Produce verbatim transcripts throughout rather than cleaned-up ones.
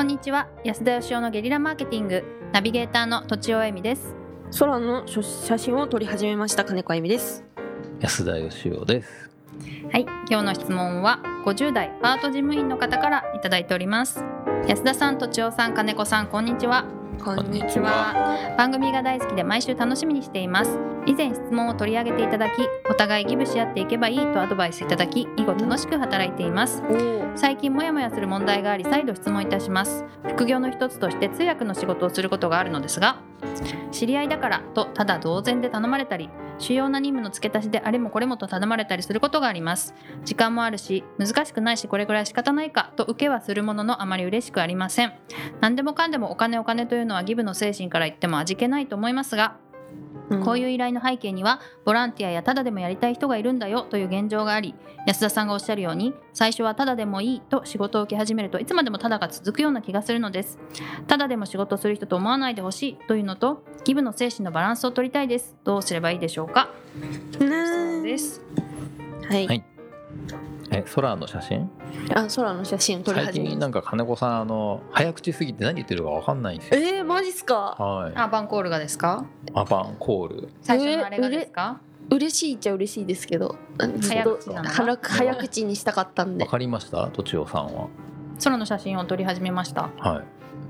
んにちは。安田義雄のゲリラマーケティングナビゲーターのとちおえみです。 空の写真を撮り始めました金子あゆみです。 安田義雄です。 はい、今日の質問はごじゅう代パート事務員の方からいただいております。安田さん、とちおさん、金子さん、こんにちは。 こんにちは。 番組が大好きで毎週楽しみにしています。以前質問を取り上げていただき、お互いギブし合っていけばいいとアドバイスいただき、以後楽しく働いています。最近モヤモヤする問題があり、再度質問いたします。副業の一つとして通訳の仕事をすることがあるのですが、知り合いだからとただ同然で頼まれたり、主要な任務の付け足しであれもこれもと頼まれたりすることがあります。時間もあるし難しくないし、これくらい仕方ないかと受けはするものの、あまり嬉しくありません。何でもかんでもお金お金というのはギブの精神から言っても味気ないと思いますが、うん、こういう依頼の背景にはボランティアやただでもやりたい人がいるんだよという現状があり、安田さんがおっしゃるように最初はただでもいいと仕事を受け始めるといつまでもただが続くような気がするのです。ただでも仕事をする人と思わないでほしいというのと、ギブの精神のバランスを取りたいです。どうすればいいでしょうか。そうです。 はい、 はい、え空の写真あ空の写真撮り始め最近なんか金子さんあの早口すぎて何言ってるか分かんないんですよ。 えー、マジっすか。 はい、 アバンコールがですか。 アバンコール最初のあれがですか。 う嬉しいっちゃ嬉しいですけど、 早口なの早く早口にしたかったんで。 分かりました。とちおさんは空の写真を撮り始めました。 はい、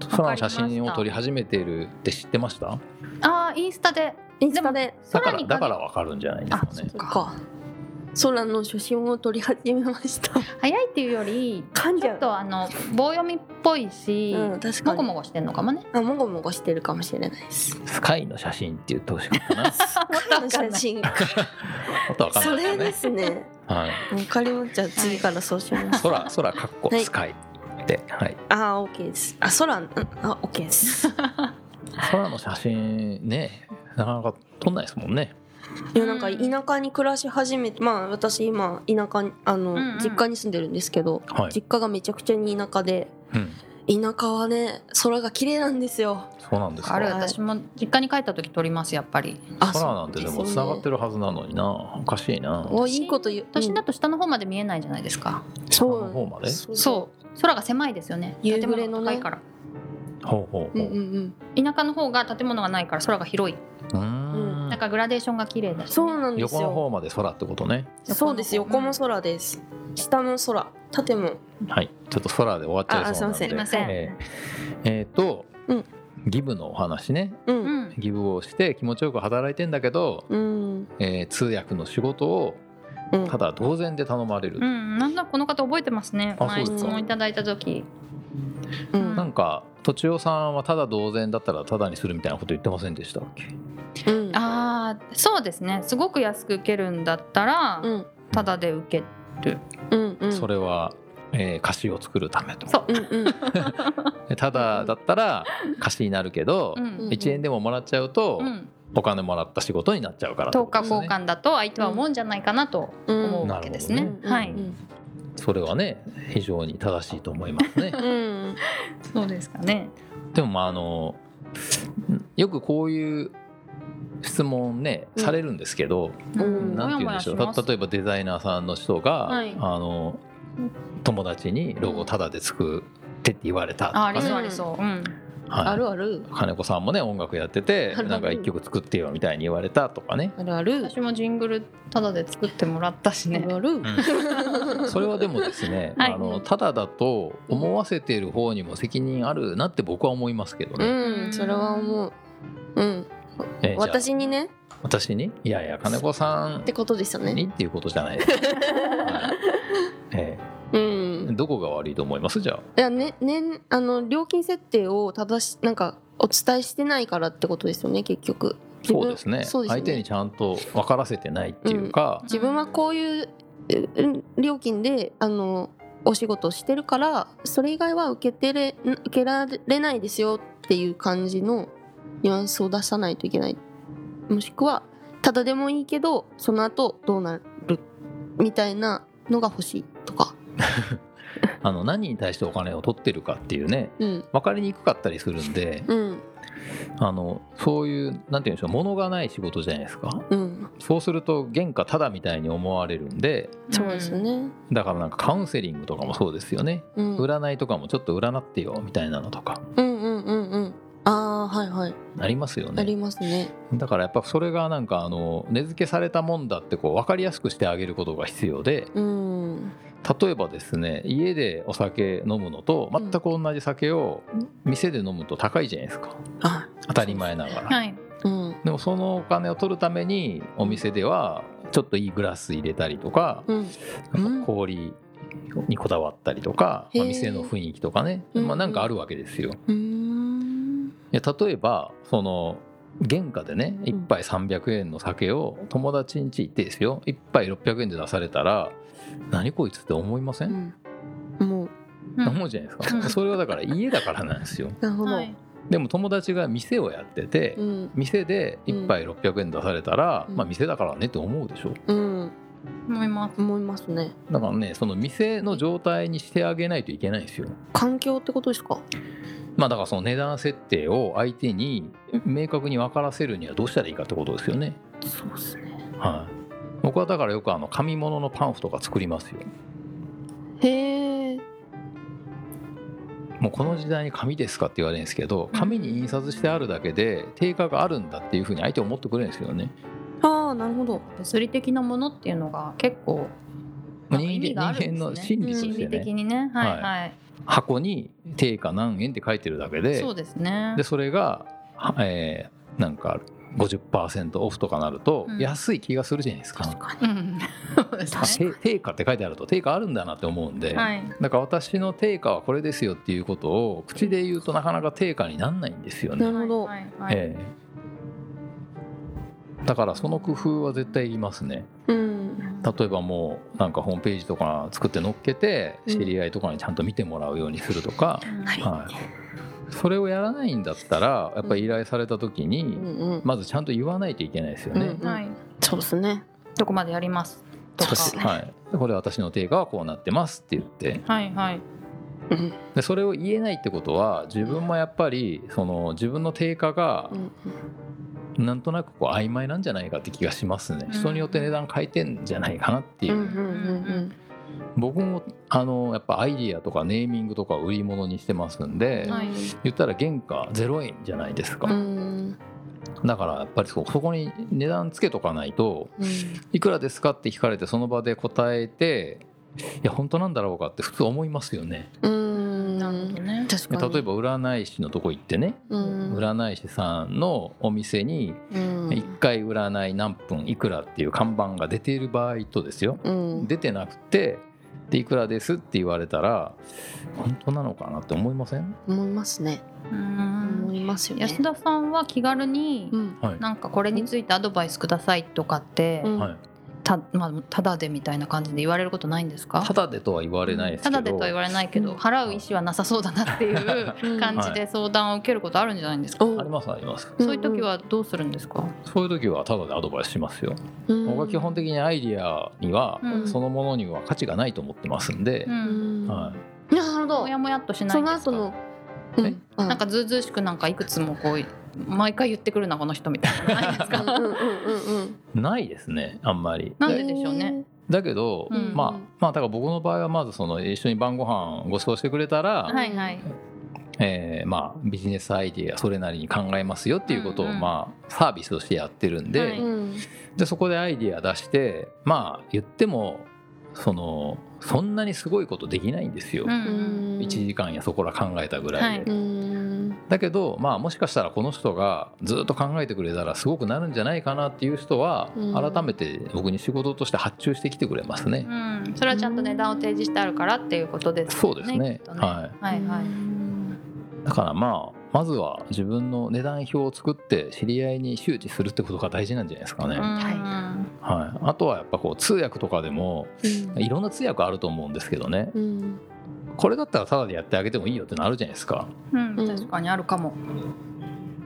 空の写真を撮り始めているって知ってました。 あー、インスタでインスタでだからだから分かるんじゃないですかね。 そっか、空の写真を撮り始めました。 早いっていうより噛んじゃう、 ちょっとあの棒読みっぽいし、 うん、確かにもごもごしてんのかもね。 あ、もごもごしてるかもしれないです。 スカイの写真って言ってほしかったな。 スカイの写真もっと分かんないそれですね。 はい、 分かりました。じゃあ次からそうします。 空空かっこスカイで、はい、 あー OK です。あ空、うん、あ OK です。 空の写真ね、なかなか撮んないですもんね。 いや、なんか田舎に暮らし始めて、まあ私今田舎にあの、うんうん、実家に住んでるんですけど、はい、実家がめちゃくちゃに田舎で、うん、田舎はね空が綺麗なんですよ。 そうなんですか。 あれ、私も実家に帰った時撮りますやっぱり。 空なんてでも繋がってるはずなのにな、おかしいな。 おいいこと言う。 都心だと下の方まで見えないじゃないですか。 下の方まで。 そう空が狭いですよね。 夕暮れのね。 建物が高いから。 ほうほうほう、うんうんうん、 田舎の方が建物がないから空が広い。うーん、なんかグラデーションが綺麗だし、ね、 そうなんですよ。 横の方まで空ってことね。 そうです、横も空です、うん、下の空、縦も。 はい、ちょっと空で終わっちゃいそうなんで。 すいません。 えー、えー、と、うん、ギブのお話ね、うん、ギブをして気持ちよく働いてんだけど、うん、えー、通訳の仕事をただ同然で頼まれる、 うんうん、なんだこの方覚えてますね。前質問いただいた時、 うん、なんかとちおさんはただ同然だったらただにするみたいなこと言ってませんでしたっけ。 うん、ああ、そうですね。すごく安く受けるんだったら、うん、ただで受ける、 うんうん、それは、えー、貸しを作るためと。 そう、うんうん、ただだったら貸しになるけど、うん、いちえんでももらっちゃうと、うん、お金もらった仕事になっちゃうからと、 等価交換だと相手は思うんじゃないかなと思うわけですね、うん、はい、 それはね非常に正しいと思いますね、うん、 そうですかね。 でもまああのよくこういう質問ね、うん、されるんですけど、うん、なんて言うんでしょう、例えばデザイナーさんの人が、はい、あの友達にロゴタダで作ってって言われたとか、ね、 あ, ありそうありそう、うん、 はい、あるある。 金子さんもね音楽やっててなんか一曲作ってよみたいに言われたとかね。 あるある。 私もジングルタダで作ってもらったしね。 あるある、 うん、それはでもですね、はい、あのタダだと思わせている方にも責任あるなって僕は思いますけどね。 うん、それは思う。うん、えー、私にね。 私にいやいや金子さんってことですよね。 にっていうことじゃないですか、はい、えーうん、どこが悪いと思いますじゃあ。 いや、ねね、あの料金設定を正しなんかお伝えしてないからってことですよね結局。 そうですね。そうですね、相手にちゃんと分からせてないっていうか、 うん、自分はこういう料金であのお仕事をしてるからそれ以外は受けてれ受けられないですよっていう感じのニュアンスを出さないといけない。もしくはただでもいいけどその後どうなるみたいなのが欲しいとかあの何に対してお金を取ってるかっていうね、 うん、 分かりにくかったりするんで、 うん、 あのそういうなんていうんでしょう、物がない仕事じゃないですか、 うん、 そうすると原価ただみたいに思われるんで、 そうですね。 だからなんかカウンセリングとかもそうですよね、 うん、 占いとかもちょっと占ってよみたいなのとか、 うんうんうんうん、ああはいはい、 ありますよね。 ありますね。 だからやっぱそれがなんかあの根付けされたもんだってこう分かりやすくしてあげることが必要で、 うん、 例えばですね、家でお酒飲むのと全く同じ酒を店で飲むと高いじゃないですか、 うん、 当たり前ながら、 はい、 うん、 でもそのお金を取るためにお店ではちょっといいグラス入れたりとか、 うん、 なんか氷にこだわったりとか、まあ、店の雰囲気とかね、まあ、なんかあるわけですよ。 うん、 いや例えばその原価でねいっぱいさんびゃくえんの酒を友達ん家行ってですよ、いっぱいろっぴゃくえんで出されたら何こいつって思いません？ うん、もう、 うん、 思うじゃないですか、うん、それはだから家だからなんですよ。 なるほど、はい、 でも友達が店をやってて、うん、店でいっぱいろっぴゃくえん出されたら、うん、まあ店だからねって思うでしょ、 うん、 思います思いますね。 だからね、その店の状態にしてあげないといけないんですよ。 環境ってことですか？ まあだからその値段設定を相手に明確に分からせるにはどうしたらいいかってことですよね。 そうですね、 はい、僕はだからよくあの紙物のパンフとか作りますよ。 へえ。 もうこの時代に紙ですかって言われるんですけど、紙に印刷してあるだけで定価があるんだっていうふうに相手思ってくれるんですよね。 ああ、なるほど。 物理的なものっていうのが結構なんか意味があるんですね。 人間の心理としてね、 心理的にね、はいはい、はい、 箱に定価何円って書いてるだけで、 そうですね。 でそれが、えー、なんか ごじゅっパーセント オフとかなると安い気がするじゃないですか。 確かに、うん、 定価って書いてあると定価あるんだなって思うんで、はい、だから私の定価はこれですよっていうことを口で言うとなかなか定価にならないんですよね。 なるほど、 はいはい、 えー、だからその工夫は絶対いりますね、うん、例えばもうなんかホームページとか作って載っけて知り合いとかにちゃんと見てもらうようにするとか、うん、はい、それをやらないんだったらやっぱり依頼された時にまずちゃんと言わないといけないですよね、 うんうん、はい、そうですね。 どこまでやりますとか、 はい、これ私の定価はこうなってますって言って、 はいはい、 でそれを言えないってことは自分もやっぱりその自分の定価がなんとなくこう曖昧なんじゃないかって気がしますね。人によって値段変えてんじゃないかなっていう、うんうんうんうん、僕もあのやっぱアイディアとかネーミングとかを売り物にしてますんで、はい、言ったら原価ゼロえんじゃないですか、うん、だからやっぱり そ, そこに値段つけとかないと、うん、いくらですかって聞かれてその場で答えていや本当なんだろうかって普通思いますよね。 うーん、なるほどね。確かに。 例えば占い師のとこ行ってね、占い師さんのお店にいっかい占い何分いくらっていう看板が出ている場合とですよ、うん、出てなくてでいくらですって言われたら本当なのかなって思いません？ 思いますね。うーん、思いますよね。 安田さんは気軽に、うん、なんかこれについてアドバイスくださいとかって、うん、はい、た, まあ、ただでみたいな感じで言われることないんですか？ ただでとは言われないですけど、 ただでとは言われないけど、うん、払う意思はなさそうだなっていう感じで相談を受けることあるんじゃないんですか？ はい、ありますあります。 そういう時はどうするんですか？ そういう時はただでアドバイスしますよ、うん、僕は基本的にアイディアには、うん、そのものには価値がないと思ってますんで、うん、 はい、なるほど。 もやもやっとしないんですか？その後の、うん、なんかずうずうしくなんかいくつもこう毎回言ってくるなこの人みたいなないですか？うんうんうんうん、ないですね、あんまり。 なんででしょうね。 だけど、うん、まあまあだから僕の場合はまずその一緒に晩ご飯ご馳走してくれたら、はいはい、えー、まあビジネスアイデアそれなりに考えますよっていうことを、うんうん、まあサービスとしてやってるんで、はい、でそこでアイデア出してまあ言ってもそのそんなにすごいことできないんですよ、うん、いちじかんやそこら考えたぐらいで、はい、だけど、まあ、もしかしたらこの人がずっと考えてくれたらすごくなるんじゃないかなっていう人は改めて僕に仕事として発注してきてくれますね、うん、 それはちゃんと値段を提示してあるからっていうことですね。 そうですね、ね、 はいはいはい、 だからまあまずは自分の値段表を作って知り合いに周知するってことが大事なんじゃないですかね、はい、あとはやっぱこう通訳とかでも、うん、いろんな通訳あると思うんですけどね、うん、これだったらタダでやってあげてもいいよってのあるじゃないですか、 うん、確かにあるかも。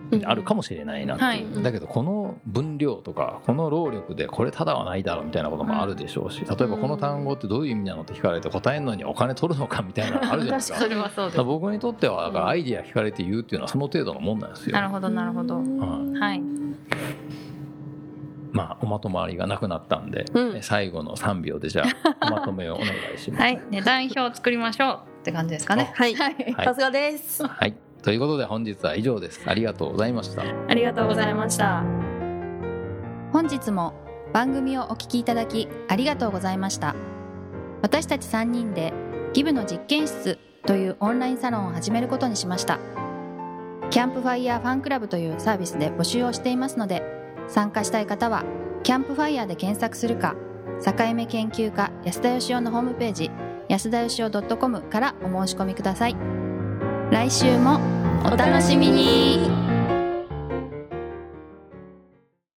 あるかもしれないなっていう、うんはい、だけどこの分量とかこの労力でこれただはないだろうみたいなこともあるでしょうし、例えばこの単語ってどういう意味なのって聞かれて答えるのにお金取るのかみたいなのあるじゃないですか。 それはそうです。 僕にとってはだからアイディア聞かれて言うっていうのはその程度のもんなんですよ。 なるほどなるほど、はいはい、 まあおまとまりがなくなったんで、うん、最後のさんびょうでじゃあおまとめをお願いします。 はい、値段表を作りましょうって感じですかね。 はい、はい、さすがです。 はい、ということで本日は以上です。ありがとうございました。 ありがとうございました。本日も番組をお聞きいただきありがとうございました。私たちさんにんでギブの実験室というオンラインサロンを始めることにしました。キャンプファイヤーファンクラブというサービスで募集をしていますので、参加したい方はキャンプファイヤーで検索するか、境目研究家安田義雄のホームページ安田義雄 .com からお申し込みください。来週もお楽しみに。